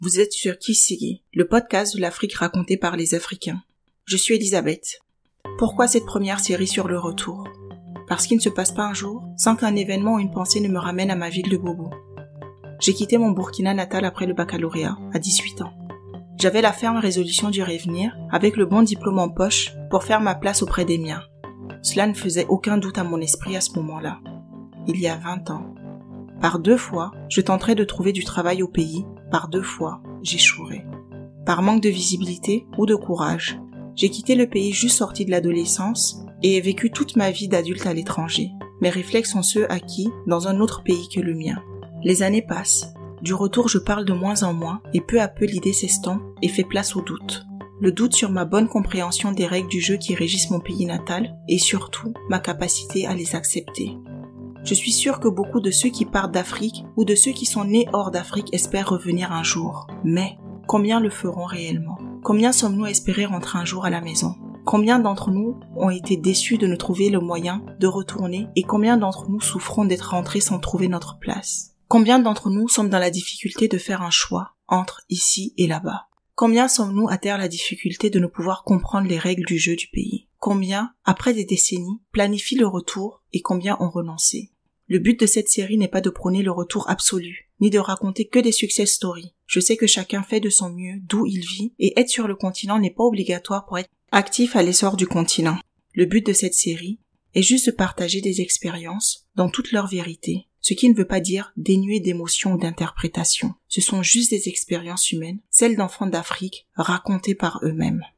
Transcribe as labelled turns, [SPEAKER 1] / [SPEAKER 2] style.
[SPEAKER 1] Vous êtes sur Kisigi, le podcast de l'Afrique raconté par les Africains. Je suis Elisabeth. Pourquoi cette première série sur le retour ? Parce qu'il ne se passe pas un jour sans qu'un événement ou une pensée ne me ramène à ma ville de Bobo. J'ai quitté mon Burkina natal après le baccalauréat, à 18 ans. J'avais la ferme résolution d'y revenir, avec le bon diplôme en poche, pour faire ma place auprès des miens. Cela ne faisait aucun doute à mon esprit à ce moment-là. Il y a 20 ans. Par 2 fois, je tenterai de trouver du travail au pays. Par 2 fois, j'échouerai. Par manque de visibilité ou de courage, j'ai quitté le pays juste sorti de l'adolescence et ai vécu toute ma vie d'adulte à l'étranger. Mes réflexes sont ceux acquis dans un autre pays que le mien. Les années passent. Du retour, je parle de moins en moins et peu à peu l'idée s'estompe et fait place au doute. Le doute sur ma bonne compréhension des règles du jeu qui régissent mon pays natal et surtout ma capacité à les accepter. Je suis sûre que beaucoup de ceux qui partent d'Afrique ou de ceux qui sont nés hors d'Afrique espèrent revenir un jour. Mais combien le feront réellement ? Combien sommes-nous à espérer rentrer un jour à la maison ? Combien d'entre nous ont été déçus de ne trouver le moyen de retourner et combien d'entre nous souffrons d'être rentrés sans trouver notre place ? Combien d'entre nous sommes dans la difficulté de faire un choix entre ici et là-bas ? Combien sommes-nous à terre la difficulté de ne pouvoir comprendre les règles du jeu du pays ? Combien, après des décennies, planifient le retour et combien ont renoncé ? Le but de cette série n'est pas de prôner le retour absolu, ni de raconter que des success stories. Je sais que chacun fait de son mieux d'où il vit et être sur le continent n'est pas obligatoire pour être actif à l'essor du continent. Le but de cette série est juste de partager des expériences dans toute leur vérité, ce qui ne veut pas dire dénué d'émotion ou d'interprétation. Ce sont juste des expériences humaines, celles d'enfants d'Afrique racontées par eux-mêmes.